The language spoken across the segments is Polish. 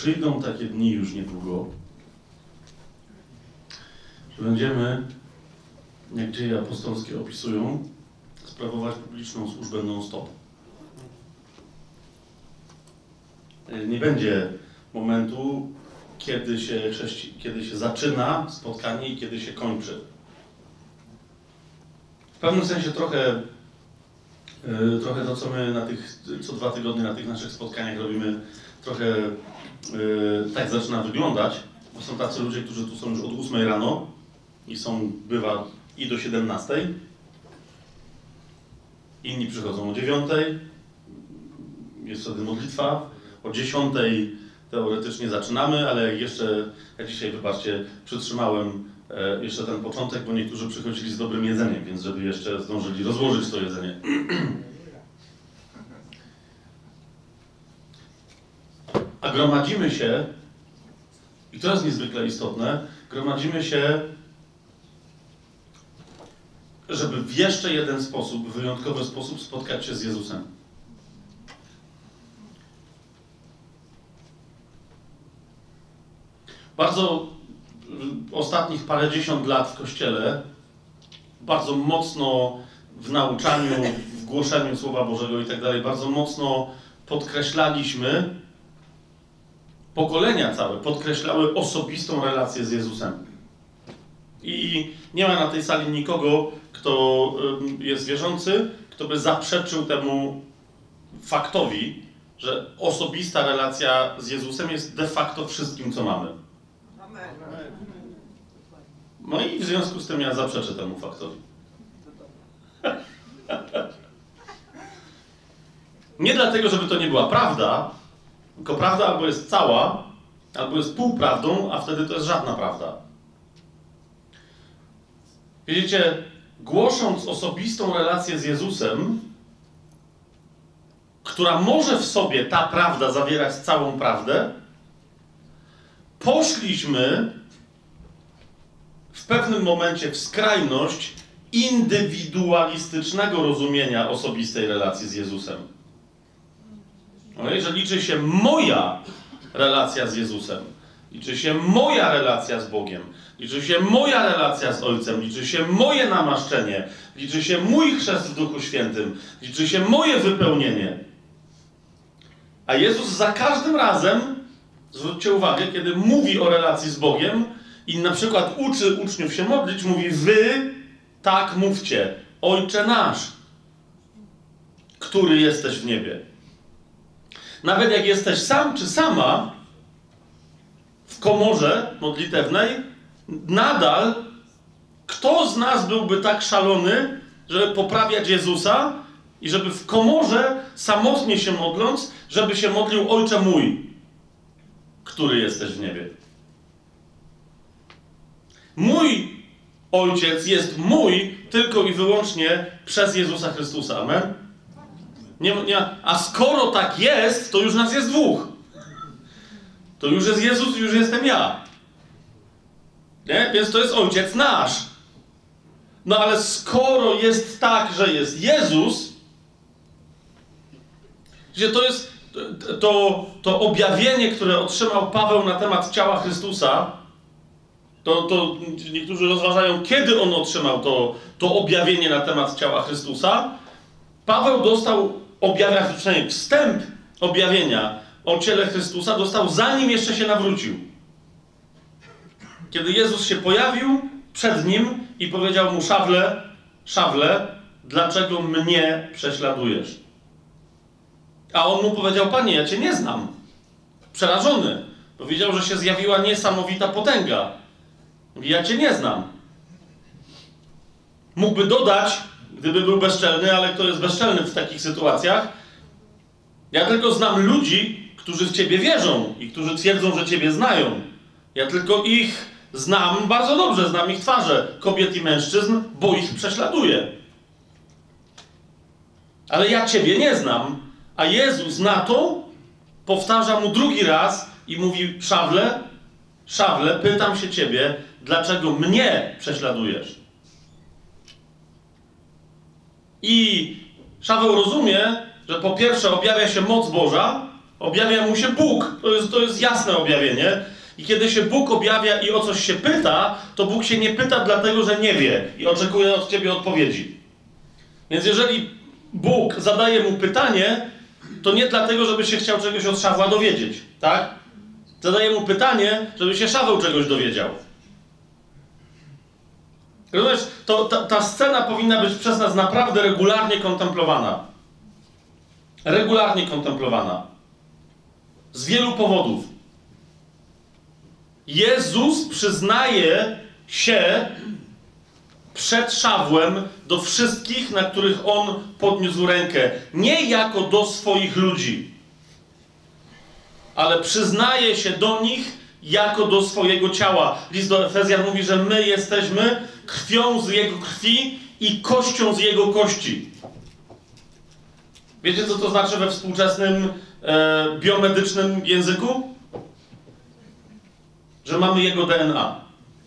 przyjdą takie dni już niedługo, że będziemy, jak dzieje apostolskie opisują, sprawować publiczną służbę non-stop. Nie będzie momentu, kiedy się zaczyna spotkanie i kiedy się kończy. W pewnym sensie trochę to, co my co 2 tygodnie na tych naszych spotkaniach robimy, trochę tak zaczyna wyglądać, bo są tacy ludzie, którzy tu są już od 8 rano i bywa i do 17. Inni przychodzą o 9, jest wtedy modlitwa, o 10 teoretycznie zaczynamy, ale ja dzisiaj, wybaczcie, przytrzymałem jeszcze ten początek, bo niektórzy przychodzili z dobrym jedzeniem, więc żeby jeszcze zdążyli rozłożyć to jedzenie. A gromadzimy się, i to jest niezwykle istotne, gromadzimy się, żeby w jeszcze jeden sposób, wyjątkowy sposób spotkać się z Jezusem. Bardzo ostatnich parędziesiąt lat w Kościele, bardzo mocno w nauczaniu, w głoszeniu Słowa Bożego i tak dalej, bardzo mocno podkreślaliśmy, pokolenia całe podkreślały osobistą relację z Jezusem. I nie ma na tej sali nikogo, kto jest wierzący, kto by zaprzeczył temu faktowi, że osobista relacja z Jezusem jest de facto wszystkim, co mamy. No i w związku z tym ja zaprzeczę temu faktowi. Nie dlatego, żeby to nie była prawda, tylko prawda albo jest cała, albo jest półprawdą, a wtedy to jest żadna prawda. Widzicie, głosząc osobistą relację z Jezusem, która może w sobie ta prawda zawierać całą prawdę, poszliśmy w pewnym momencie w skrajność indywidualistycznego rozumienia osobistej relacji z Jezusem. Że liczy się moja relacja z Jezusem, liczy się moja relacja z Bogiem, liczy się moja relacja z Ojcem, liczy się moje namaszczenie, liczy się mój chrzest w Duchu Świętym, liczy się moje wypełnienie. A Jezus za każdym razem, zwróćcie uwagę, kiedy mówi o relacji z Bogiem i na przykład uczy uczniów się modlić, mówi: wy tak mówcie, Ojcze nasz, który jesteś w niebie. Nawet jak jesteś sam czy sama w komorze modlitewnej, nadal kto z nas byłby tak szalony, żeby poprawiać Jezusa i żeby w komorze samotnie się modląc, żeby się modlił: Ojcze mój, który jesteś w niebie. Mój Ojciec jest mój tylko i wyłącznie przez Jezusa Chrystusa. Amen? A skoro tak jest, to już nas jest dwóch. To już jest Jezus, już jestem ja. Nie? Więc to jest Ojciec nasz. No ale skoro jest tak, że jest Jezus, że to jest to objawienie, które otrzymał Paweł na temat ciała Chrystusa, to niektórzy rozważają, kiedy on otrzymał to objawienie na temat ciała Chrystusa. Paweł dostał przynajmniej wstęp objawienia o ciele Chrystusa dostał, zanim jeszcze się nawrócił. Kiedy Jezus się pojawił przed nim i powiedział mu: Szawle, Szawle, dlaczego mnie prześladujesz? A on mu powiedział: Panie, ja cię nie znam. Przerażony. Powiedział, że się zjawiła niesamowita potęga. Mówi: ja cię nie znam. Mógłby dodać, gdyby był bezczelny, ale kto jest bezczelny w takich sytuacjach? Ja tylko znam ludzi, którzy w ciebie wierzą i którzy twierdzą, że ciebie znają. Ja tylko ich znam bardzo dobrze, znam ich twarze, kobiet i mężczyzn, bo ich prześladuję. Ale ja ciebie nie znam. A Jezus na to powtarza mu drugi raz i mówi: Szawle, Szawle, pytam się ciebie, dlaczego mnie prześladujesz? I Szaweł rozumie, że po pierwsze objawia się moc Boża, Objawia mu się Bóg. To jest jasne objawienie. I kiedy się Bóg objawia i o coś się pyta, to Bóg się nie pyta dlatego, że nie wie i oczekuje od ciebie odpowiedzi. Więc jeżeli Bóg zadaje mu pytanie, to nie dlatego, żeby się chciał czegoś od Szawła dowiedzieć, tak? Zadaje mu pytanie, żeby się Szaweł czegoś dowiedział. Rozumiesz, ta scena powinna być przez nas naprawdę regularnie kontemplowana. Regularnie kontemplowana. Z wielu powodów. Jezus przyznaje się przed Szawłem do wszystkich, na których on podniósł rękę. Nie jako do swoich ludzi, ale przyznaje się do nich jako do swojego ciała. List do Efezjan mówi, że my jesteśmy krwią z jego krwi i kością z jego kości. Wiecie, co to znaczy we współczesnym biomedycznym języku? Że mamy jego DNA.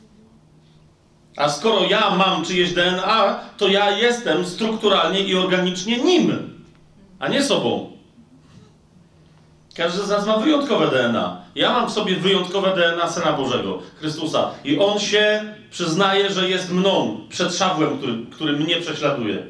A skoro ja mam czyjeś DNA, to ja jestem strukturalnie i organicznie nim, a nie sobą. Każdy z nas ma wyjątkowe DNA. Ja mam w sobie wyjątkowe DNA Syna Bożego, Chrystusa. I On się przyznaje, że jest mną, przed Szawłem, który mnie prześladuje.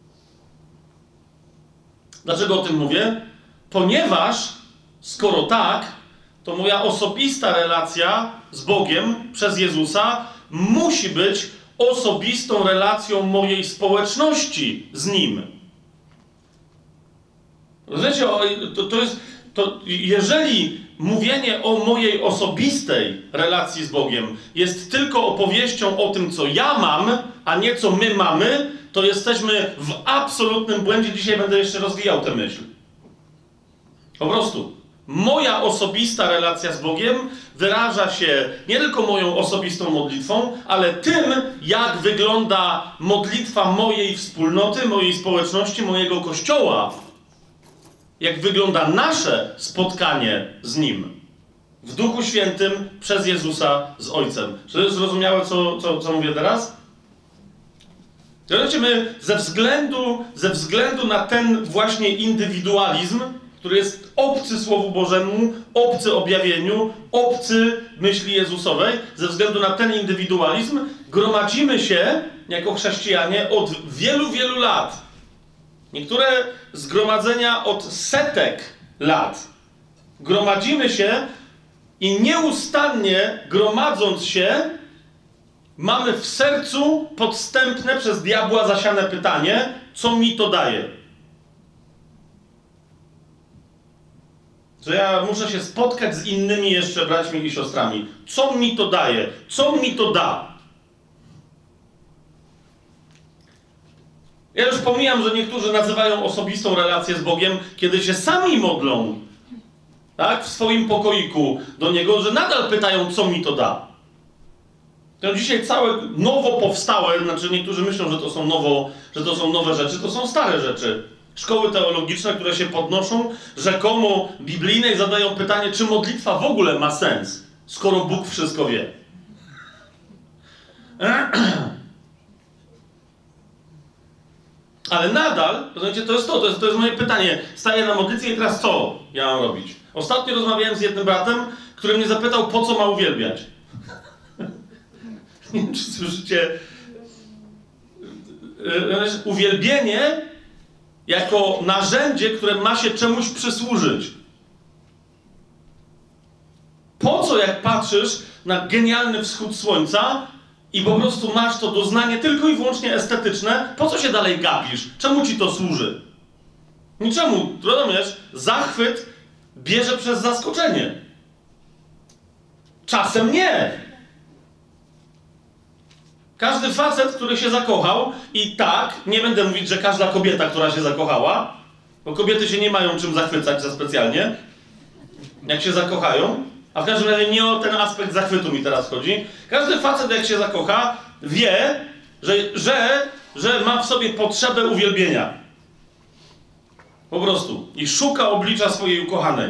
Dlaczego o tym mówię? Ponieważ, skoro tak, to moja osobista relacja z Bogiem przez Jezusa musi być osobistą relacją mojej społeczności z Nim. Rozumiecie? Jeżeli mówienie o mojej osobistej relacji z Bogiem jest tylko opowieścią o tym, co ja mam, a nie co my mamy, to jesteśmy w absolutnym błędzie. Dzisiaj będę jeszcze rozwijał tę myśl. Po prostu. Moja osobista relacja z Bogiem wyraża się nie tylko moją osobistą modlitwą, ale tym, jak wygląda modlitwa mojej wspólnoty, mojej społeczności, mojego Kościoła. Jak wygląda nasze spotkanie z Nim. W Duchu Świętym, przez Jezusa z Ojcem. Czy to jest zrozumiałe, co mówię teraz? Zobaczcie, my ze względu na ten właśnie indywidualizm, który jest obcy Słowu Bożemu, obcy objawieniu, obcy myśli Jezusowej, ze względu na ten indywidualizm, gromadzimy się jako chrześcijanie od wielu, wielu lat. Niektóre zgromadzenia od setek lat. Gromadzimy się i nieustannie gromadząc się, mamy w sercu podstępne przez diabła zasiane pytanie, co mi to daje? Że ja muszę się spotkać z innymi jeszcze braćmi i siostrami. Co mi to daje? Co mi to da? Ja już pomijam, że niektórzy nazywają osobistą relację z Bogiem, kiedy się sami modlą, tak, w swoim pokoiku do Niego, że nadal pytają, co mi to da. To dzisiaj całe nowo powstałe, znaczy niektórzy myślą, że to są nowe rzeczy, to są stare rzeczy. Szkoły teologiczne, które się podnoszą, rzekomo biblijne i zadają pytanie, czy modlitwa w ogóle ma sens, skoro Bóg wszystko wie. Ale nadal, rozumiecie, to jest moje pytanie. Staję na modlitwie i teraz co ja mam robić? Ostatnio rozmawiałem z jednym bratem, który mnie zapytał, po co ma uwielbiać. Nie wiem, czy słyszycie. Uwielbienie jako narzędzie, które ma się czemuś przysłużyć. Po co, jak patrzysz na genialny wschód słońca i po prostu masz to doznanie tylko i wyłącznie estetyczne, po co się dalej gapisz? Czemu ci to służy? Niczemu. Rozumiesz? Zachwyt bierze przez zaskoczenie. Czasem nie. Każdy facet, który się zakochał, i tak, nie będę mówić, że każda kobieta, która się zakochała, bo kobiety się nie mają czym zachwycać za specjalnie, jak się zakochają, a w każdym razie nie o ten aspekt zachwytu mi teraz chodzi. Każdy facet, jak się zakocha, wie, że ma w sobie potrzebę uwielbienia. Po prostu. I szuka oblicza swojej ukochanej.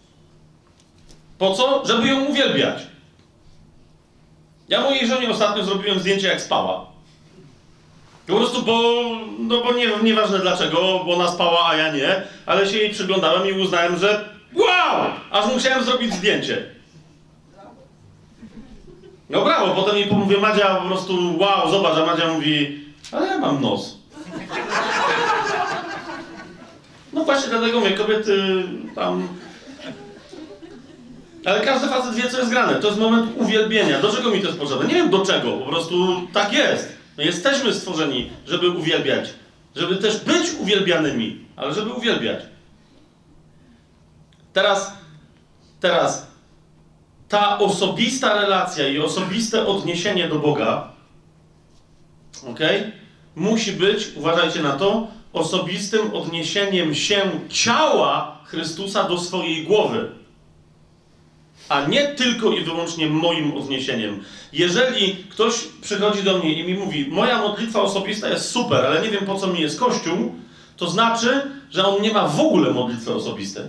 Po co? Żeby ją uwielbiać. Ja mojej żonie ostatnio zrobiłem zdjęcie, jak spała. Po prostu, bo nieważne dlaczego, bo ona spała, a ja nie, ale się jej przyglądałem i uznałem, że aż musiałem zrobić zdjęcie. No brawo, potem jej mówię, Madzia po prostu, wow, zobacz, a Madzia mówi, ale ja mam nos. No właśnie dlatego mówię, kobiety tam... Ale każdy facet wie, co jest grane. To jest moment uwielbienia. Do czego mi to jest potrzebne? Nie wiem do czego, po prostu tak jest. My jesteśmy stworzeni, żeby uwielbiać. Żeby też być uwielbianymi, ale żeby uwielbiać. Teraz ta osobista relacja i osobiste odniesienie do Boga, musi być, uważajcie na to, osobistym odniesieniem się ciała Chrystusa do swojej głowy. A nie tylko i wyłącznie moim odniesieniem. Jeżeli ktoś przychodzi do mnie i mi mówi, moja modlitwa osobista jest super, ale nie wiem, po co mi jest Kościół, to znaczy, że on nie ma w ogóle modlitwy osobistej.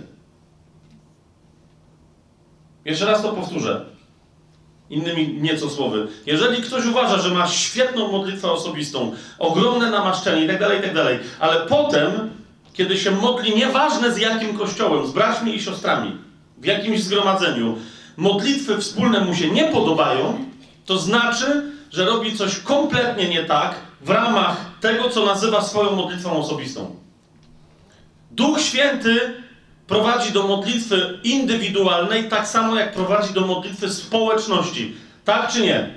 Jeszcze raz to powtórzę. Innymi nieco słowy. Jeżeli ktoś uważa, że ma świetną modlitwę osobistą, ogromne namaszczenie itd., ale potem, kiedy się modli, nieważne z jakim kościołem, z braćmi i siostrami, w jakimś zgromadzeniu, modlitwy wspólne mu się nie podobają, to znaczy, że robi coś kompletnie nie tak w ramach tego, co nazywa swoją modlitwą osobistą. Duch Święty prowadzi do modlitwy indywidualnej tak samo, jak prowadzi do modlitwy społeczności. Tak czy nie?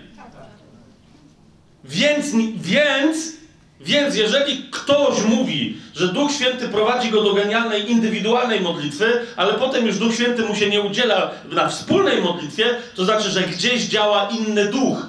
Więc jeżeli ktoś mówi, że Duch Święty prowadzi go do genialnej, indywidualnej modlitwy, ale potem już Duch Święty mu się nie udziela na wspólnej modlitwie, to znaczy, że gdzieś działa inny duch.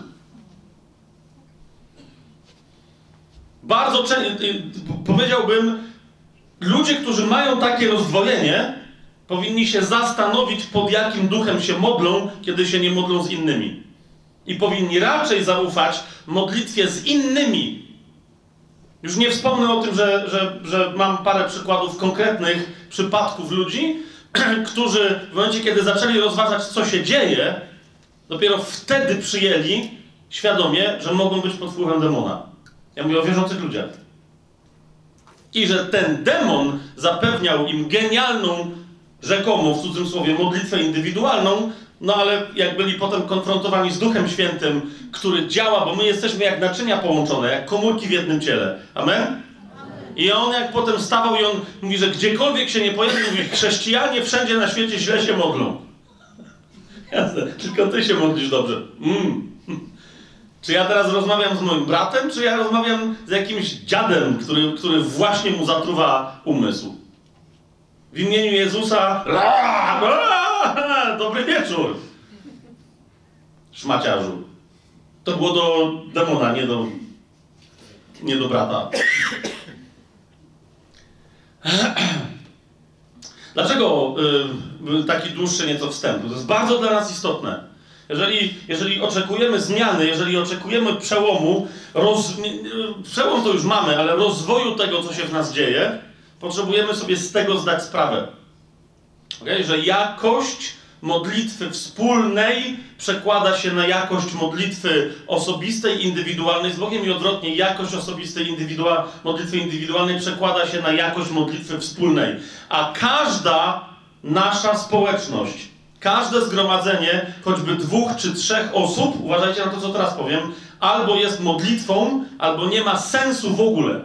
Bardzo powiedziałbym, ludzie, którzy mają takie rozdwojenie, powinni się zastanowić, pod jakim duchem się modlą, kiedy się nie modlą z innymi. I powinni raczej zaufać modlitwie z innymi. Już nie wspomnę o tym, że mam parę przykładów konkretnych przypadków ludzi, którzy w momencie, kiedy zaczęli rozważać, co się dzieje, dopiero wtedy przyjęli świadomie, że mogą być pod wpływem demona. Ja mówię o wierzących ludziach. I że ten demon zapewniał im genialną, rzekomo w cudzysłowie, modlitwę indywidualną, no ale jak byli potem konfrontowani z Duchem Świętym, który działa, bo my jesteśmy jak naczynia połączone, jak komórki w jednym ciele. Amen? I on jak potem stawał i on mówi, że gdziekolwiek się nie pojawi, mówi, chrześcijanie wszędzie na świecie źle się modlą. Jasne, tylko ty się modlisz dobrze. Czy ja teraz rozmawiam z moim bratem, czy ja rozmawiam z jakimś dziadem, który właśnie mu zatruwa umysł? W imieniu Jezusa... Dobry wieczór! Szmaciarzu. To było do demona, nie do brata. Dlaczego taki dłuższy nieco wstęp? To jest bardzo dla nas istotne. Jeżeli oczekujemy zmiany, jeżeli oczekujemy przełomu, przełom to już mamy, ale rozwoju tego, co się w nas dzieje, potrzebujemy sobie z tego zdać sprawę. Że jakość modlitwy wspólnej przekłada się na jakość modlitwy osobistej, indywidualnej z Bogiem i odwrotnie, jakość osobistej modlitwy indywidualnej przekłada się na jakość modlitwy wspólnej. A każda nasza społeczność, każde zgromadzenie, choćby 2 czy 3 osób, uważajcie na to, co teraz powiem, albo jest modlitwą, albo nie ma sensu w ogóle.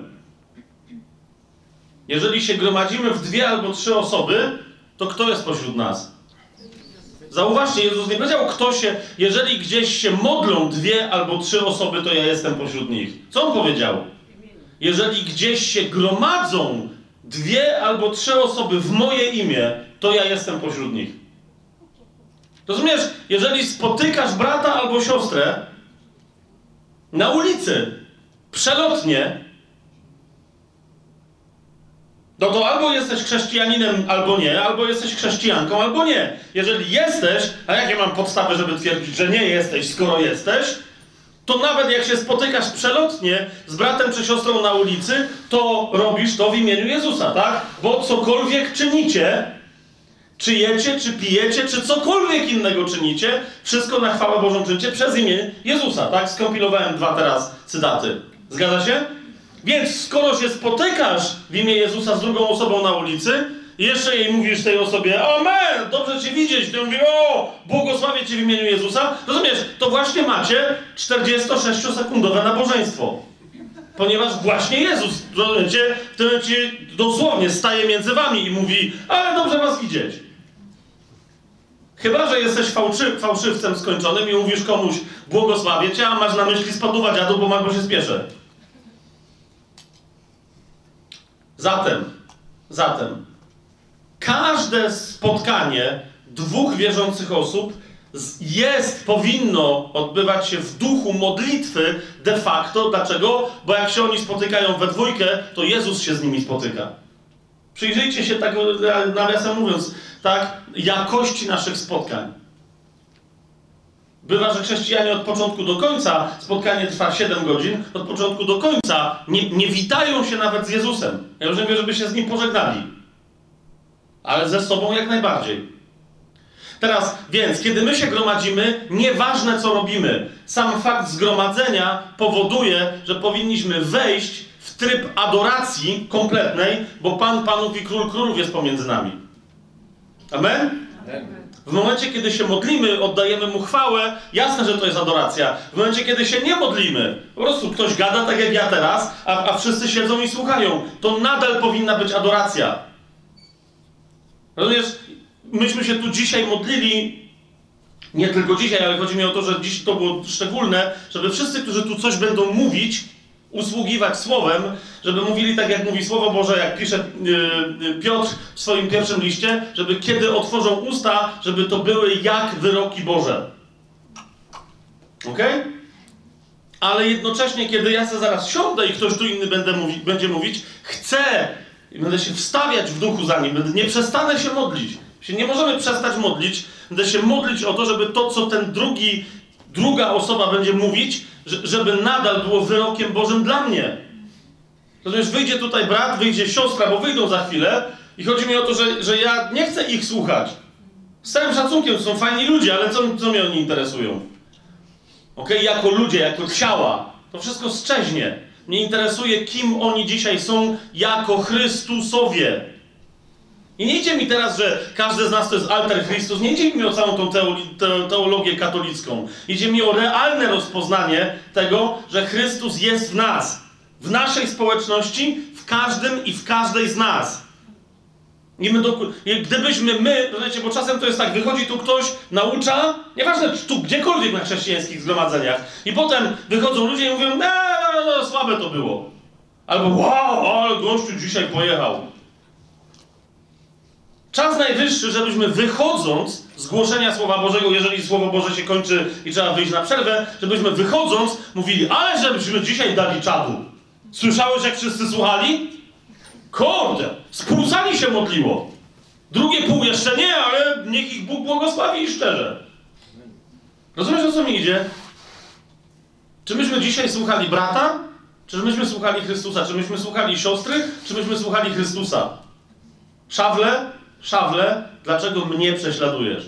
Jeżeli się gromadzimy w 2 albo 3 osoby, to kto jest pośród nas? Zauważcie, Jezus nie powiedział, jeżeli gdzieś się modlą 2 albo 3 osoby, to ja jestem pośród nich. Co on powiedział? Jeżeli gdzieś się gromadzą 2 albo 3 osoby w moje imię, to ja jestem pośród nich. Rozumiesz? Jeżeli spotykasz brata albo siostrę na ulicy, przelotnie, no to albo jesteś chrześcijaninem, albo nie, albo jesteś chrześcijanką, albo nie. Jeżeli jesteś, a jakie mam podstawy, żeby twierdzić, że nie jesteś, skoro jesteś, to nawet jak się spotykasz przelotnie z bratem czy siostrą na ulicy, to robisz to w imieniu Jezusa, tak? Bo cokolwiek czynicie, czy jecie, czy pijecie, czy cokolwiek innego czynicie, wszystko na chwałę Bożą czynicie przez imię Jezusa, tak? Skompilowałem 2 teraz cytaty. Zgadza się? Więc skoro się spotykasz w imię Jezusa z drugą osobą na ulicy, I jeszcze jej mówisz tej osobie, amen, dobrze cię widzieć. Ty mówi, o, błogosławię cię w imieniu Jezusa. Rozumiesz, to właśnie macie 46-sekundowe nabożeństwo. Ponieważ właśnie Jezus w tym momencie dosłownie staje między wami i mówi, ale dobrze was widzieć. Chyba że jesteś fałszywcem skończonym i mówisz komuś, błogosławię cię, a masz na myśli spaduwa dziadu, bo się spieszę. Zatem, każde spotkanie dwóch wierzących osób powinno odbywać się w duchu modlitwy de facto. Dlaczego? Bo jak się oni spotykają we dwójkę, to Jezus się z nimi spotyka. Przyjrzyjcie się tak, nawiasem mówiąc, tak, jakości naszych spotkań. Bywa, że chrześcijanie od początku do końca, spotkanie trwa 7 godzin, od początku do końca nie witają się nawet z Jezusem. Ja już nie wiem, żeby się z Nim pożegnali. Ale ze sobą jak najbardziej. Teraz, więc, kiedy my się gromadzimy, nieważne co robimy, sam fakt zgromadzenia powoduje, że powinniśmy wejść w tryb adoracji kompletnej, bo Pan Panów i Król Królów jest pomiędzy nami. Amen? W momencie, kiedy się modlimy, oddajemy Mu chwałę, jasne, że to jest adoracja. W momencie, kiedy się nie modlimy, po prostu ktoś gada tak jak ja teraz, a wszyscy siedzą i słuchają, to nadal powinna być adoracja. Rozumiesz? Myśmy się tu dzisiaj modlili, nie tylko dzisiaj, ale chodzi mi o to, że dziś to było szczególne, żeby wszyscy, którzy tu coś będą mówić, usługiwać słowem, żeby mówili tak, jak mówi Słowo Boże, jak pisze Piotr w swoim pierwszym liście, żeby kiedy otworzą usta, żeby to były jak wyroki Boże. Okej? Ale jednocześnie, kiedy ja sobie zaraz siądę i ktoś tu inny będzie mówić, chcę i będę się wstawiać w duchu za nim, nie przestanę się modlić. Nie możemy przestać modlić, będę się modlić o to, żeby to, co druga osoba będzie mówić, żeby nadal było wyrokiem Bożym dla mnie. Rozumiesz, wyjdzie tutaj brat, wyjdzie siostra, bo wyjdą za chwilę i chodzi mi o to, że ja nie chcę ich słuchać. Z całym szacunkiem, to są fajni ludzie, ale co mnie oni interesują? Okej, jako ludzie, jako ciała, to wszystko szczeźnie. Mnie interesuje, kim oni dzisiaj są jako Chrystusowie. I nie idzie mi teraz, że każdy z nas to jest alter Chrystus, nie idzie mi o całą tą teologię katolicką. Idzie mi o realne rozpoznanie tego, że Chrystus jest w nas. W naszej społeczności, w każdym i w każdej z nas. Gdybyśmy rozumiecie, bo czasem to jest tak, wychodzi tu ktoś, naucza, nieważne tu, gdziekolwiek na chrześcijańskich zgromadzeniach, i potem wychodzą ludzie i mówią, słabe to było. Albo wow, ale gościu dzisiaj pojechał. Czas najwyższy, żebyśmy wychodząc z głoszenia Słowa Bożego, jeżeli Słowo Boże się kończy i trzeba wyjść na przerwę, żebyśmy wychodząc mówili, ale żebyśmy dzisiaj dali czadu. Słyszałeś, jak wszyscy słuchali? Kurde, z pół sali się modliło. Drugie pół jeszcze nie, ale niech ich Bóg błogosławi i szczerze. Rozumiesz, o co mi idzie? Czy myśmy dzisiaj słuchali brata? Czy myśmy słuchali Chrystusa? Czy myśmy słuchali siostry? Czy myśmy słuchali Chrystusa? Szawle, dlaczego mnie prześladujesz?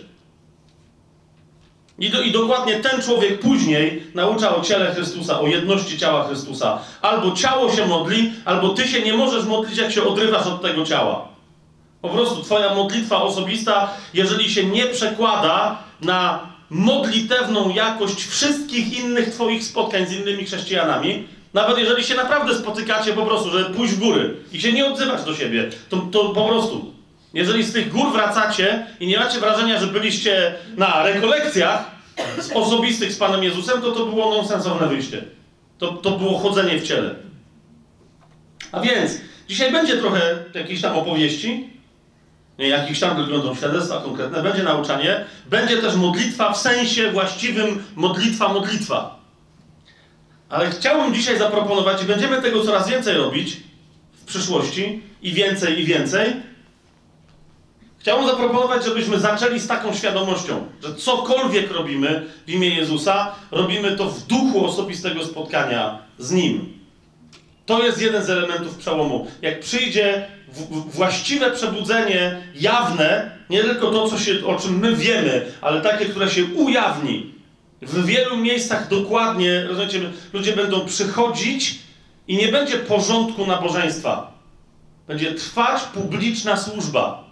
I dokładnie ten człowiek później naucza o ciele Chrystusa, o jedności ciała Chrystusa. Albo ciało się modli, albo ty się nie możesz modlić, jak się odrywasz od tego ciała. Po prostu twoja modlitwa osobista, jeżeli się nie przekłada na modlitewną jakość wszystkich innych twoich spotkań z innymi chrześcijanami, nawet jeżeli się naprawdę spotykacie po prostu, żeby pójść w góry i się nie odzywać do siebie, to po prostu... Jeżeli z tych gór wracacie i nie macie wrażenia, że byliście na rekolekcjach osobistych z Panem Jezusem, to było nonsensowne wyjście. To było chodzenie w ciele. A więc, dzisiaj będzie trochę jakichś tam opowieści, nie jakichś tam, tylko będą świadectwa konkretne, będzie nauczanie, będzie też modlitwa w sensie właściwym modlitwa. Ale chciałbym dzisiaj zaproponować, i będziemy tego coraz więcej robić w przyszłości, i więcej, chciałbym zaproponować, żebyśmy zaczęli z taką świadomością, że cokolwiek robimy w imię Jezusa, robimy to w duchu osobistego spotkania z Nim. To jest jeden z elementów przełomu. Jak przyjdzie właściwe przebudzenie jawne, nie tylko to, o czym my wiemy, ale takie, które się ujawni. W wielu miejscach dokładnie, rozumiecie, ludzie będą przychodzić i nie będzie porządku nabożeństwa. Będzie trwać publiczna służba.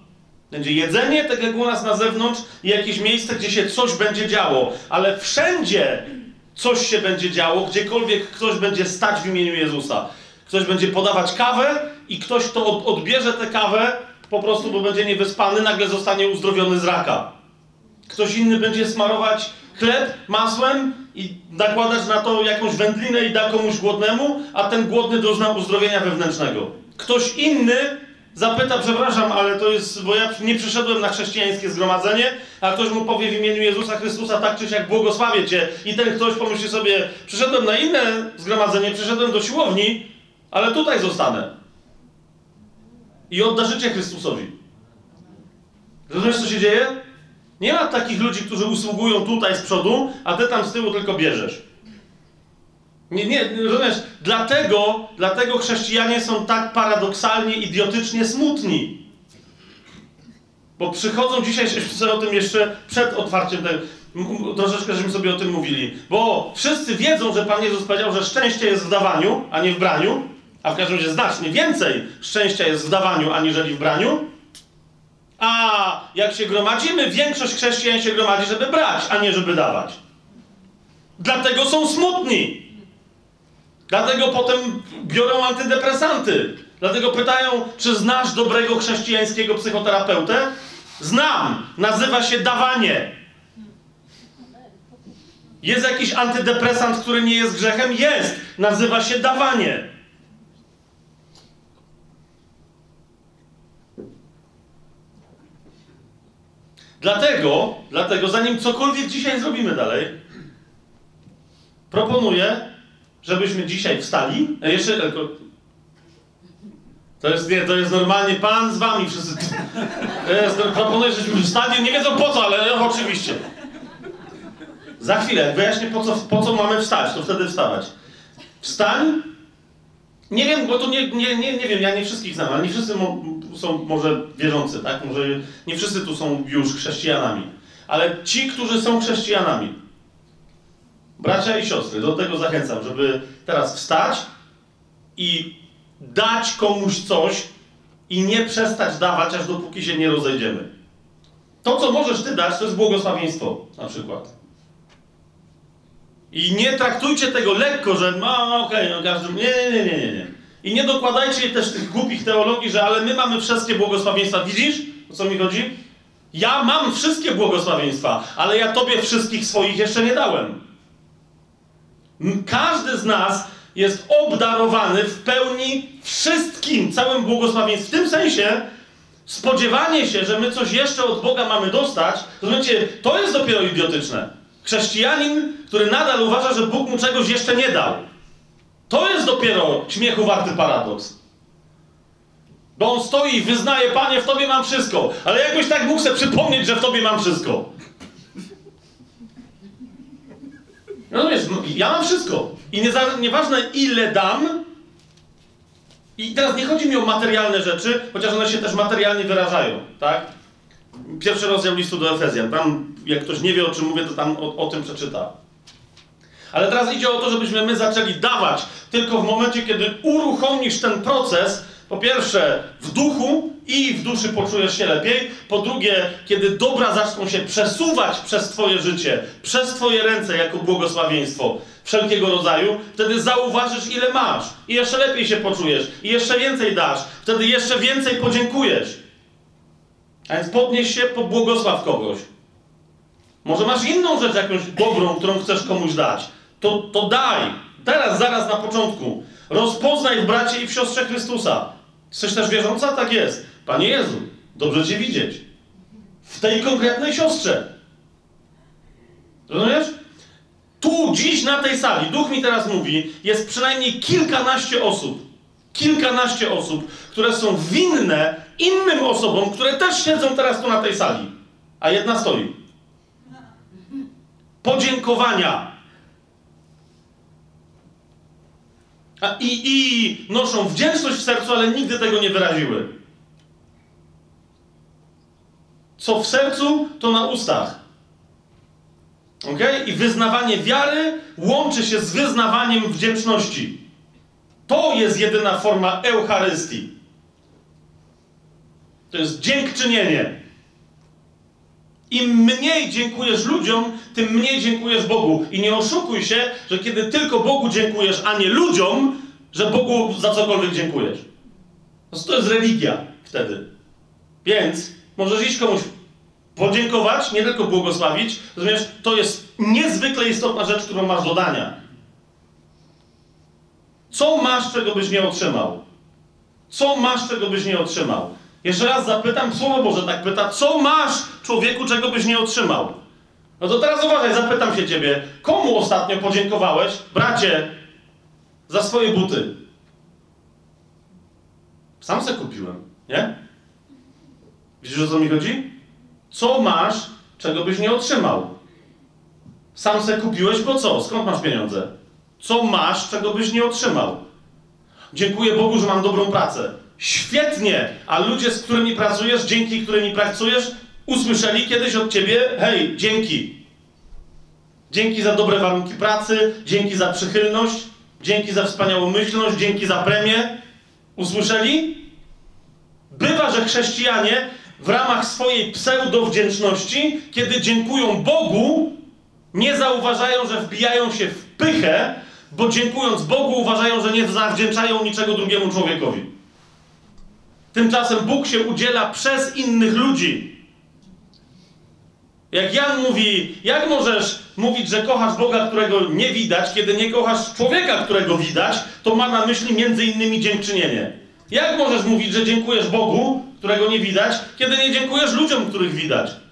Będzie jedzenie, tak jak u nas na zewnątrz, i jakieś miejsce, gdzie się coś będzie działo. Ale wszędzie coś się będzie działo, gdziekolwiek ktoś będzie stać w imieniu Jezusa. Ktoś będzie podawać kawę i ktoś, kto odbierze tę kawę, po prostu, bo będzie niewyspany, nagle zostanie uzdrowiony z raka. Ktoś inny będzie smarować chleb masłem i nakładać na to jakąś wędlinę i da komuś głodnemu, a ten głodny dozna uzdrowienia wewnętrznego. Ktoś inny zapyta, przepraszam, ale to jest, bo ja nie przyszedłem na chrześcijańskie zgromadzenie, a ktoś mu powie w imieniu Jezusa Chrystusa tak czy siak błogosławię cię, i ten ktoś pomyśli sobie, przyszedłem na inne zgromadzenie, przyszedłem do siłowni, ale tutaj zostanę. I odda życie Chrystusowi. Rozumiesz, co się dzieje? Nie ma takich ludzi, którzy usługują tutaj z przodu, a ty tam z tyłu tylko bierzesz. Nie, rozumiesz? Dlatego chrześcijanie są tak paradoksalnie, idiotycznie smutni. Bo przychodzą dzisiaj, sobie o tym jeszcze przed otwarciem, troszeczkę żeśmy sobie o tym mówili. Bo wszyscy wiedzą, że Pan Jezus powiedział, że szczęście jest w dawaniu, a nie w braniu. A w każdym razie znacznie więcej szczęścia jest w dawaniu, aniżeli w braniu. A jak się gromadzimy, większość chrześcijan się gromadzi, żeby brać, a nie żeby dawać. Dlatego są smutni. Dlatego potem biorą antydepresanty. Dlatego pytają, czy znasz dobrego chrześcijańskiego psychoterapeutę? Znam. Nazywa się dawanie. Jest jakiś antydepresant, który nie jest grzechem? Jest. Nazywa się dawanie. Dlatego, zanim cokolwiek dzisiaj zrobimy dalej, proponuję, żebyśmy dzisiaj wstali. Jeszcze tylko... To jest normalnie Pan z wami wszyscy. Proponuję, żebyśmy wstali. Nie wiedzą po co, ale oczywiście. Za chwilę, jak wyjaśnię po co mamy wstać, to wtedy wstawać. Wstań. Nie wiem, bo to nie wiem, ja nie wszystkich znam, ale nie wszyscy są może wierzący, tak? Może nie wszyscy tu są już chrześcijanami. Ale ci, którzy są chrześcijanami, bracia i siostry, do tego zachęcam, żeby teraz wstać i dać komuś coś i nie przestać dawać, aż dopóki się nie rozejdziemy. To, co możesz ty dać, to jest błogosławieństwo, na przykład. I nie traktujcie tego lekko, że każdy... Nie. I nie dokładajcie też tych głupich teologii, że ale my mamy wszystkie błogosławieństwa. Widzisz, o co mi chodzi? Ja mam wszystkie błogosławieństwa, ale ja tobie wszystkich swoich jeszcze nie dałem. Każdy z nas jest obdarowany w pełni wszystkim, całym błogosławieństwem. W tym sensie spodziewanie się, że my coś jeszcze od Boga mamy dostać, to znaczy, to jest dopiero idiotyczne. Chrześcijanin, który nadal uważa, że Bóg mu czegoś jeszcze nie dał. To jest dopiero śmiechu warty paradoks. Bo on stoi i wyznaje, Panie, w Tobie mam wszystko. Ale jakbyś tak mógł sobie przypomnieć, że w Tobie mam wszystko. Rozumiesz? Ja mam wszystko. I nieważne ile dam. I teraz nie chodzi mi o materialne rzeczy, chociaż one się też materialnie wyrażają, tak? Pierwszy rozdział listu do Efezjan. Tam, jak ktoś nie wie, o czym mówię, to tam o tym przeczyta. Ale teraz idzie o to, żebyśmy my zaczęli dawać tylko w momencie, kiedy uruchomisz ten proces, po pierwsze w duchu i w duszy poczujesz się lepiej, po drugie, kiedy dobra zaczną się przesuwać przez twoje życie, przez twoje ręce jako błogosławieństwo wszelkiego rodzaju, wtedy zauważysz, ile masz i jeszcze lepiej się poczujesz i jeszcze więcej dasz, wtedy jeszcze więcej podziękujesz. A więc podnieś się, pobłogosław kogoś. Może masz inną rzecz jakąś dobrą, którą chcesz komuś dać. To daj. Teraz, zaraz na początku. Rozpoznaj w bracie i w siostrze Chrystusa. Jesteś też wierząca? Tak jest. Panie Jezu, dobrze Cię widzieć. W tej konkretnej siostrze. Rozumiesz? Tu, dziś na tej sali, Duch mi teraz mówi, jest przynajmniej kilkanaście osób, które są winne innym osobom, które też siedzą teraz tu na tej sali. A jedna stoi. Podziękowania. I noszą wdzięczność w sercu, ale nigdy tego nie wyraziły. Co w sercu, to na ustach. Okay? I wyznawanie wiary łączy się z wyznawaniem wdzięczności. To jest jedyna forma Eucharystii. To jest dziękczynienie. Im mniej dziękujesz ludziom, tym mniej dziękujesz Bogu. I nie oszukuj się, że kiedy tylko Bogu dziękujesz, a nie ludziom, że Bogu za cokolwiek dziękujesz. To jest religia wtedy. Więc możesz iść komuś podziękować, nie tylko błogosławić. Rozumiesz? To jest niezwykle istotna rzecz, którą masz do dania. Co masz, czego byś nie otrzymał? Co masz, czego byś nie otrzymał? Jeszcze raz zapytam, Słowo Boże tak pyta, co masz, człowieku, czego byś nie otrzymał? No to teraz uważaj, zapytam się ciebie, komu ostatnio podziękowałeś, bracie, za swoje buty? Sam se kupiłem, nie? Widzisz, o co mi chodzi? Co masz, czego byś nie otrzymał? Sam se kupiłeś, bo co? Skąd masz pieniądze? Co masz, czego byś nie otrzymał? Dziękuję Bogu, że mam dobrą pracę. Świetnie! A ludzie, z którymi pracujesz, dzięki którymi pracujesz, usłyszeli kiedyś od ciebie, hej, dzięki. Dzięki za dobre warunki pracy, dzięki za przychylność, dzięki za wspaniałomyślność, dzięki za premię. Usłyszeli? Bywa, że chrześcijanie w ramach swojej pseudo-wdzięczności, kiedy dziękują Bogu, nie zauważają, że wbijają się w pychę, bo dziękując Bogu uważają, że nie zawdzięczają niczego drugiemu człowiekowi. Tymczasem Bóg się udziela przez innych ludzi. Jak Jan mówi, jak możesz mówić, że kochasz Boga, którego nie widać, kiedy nie kochasz człowieka, którego widać, to ma na myśli między innymi dziękczynienie. Jak możesz mówić, że dziękujesz Bogu, którego nie widać, kiedy nie dziękujesz ludziom, których widać?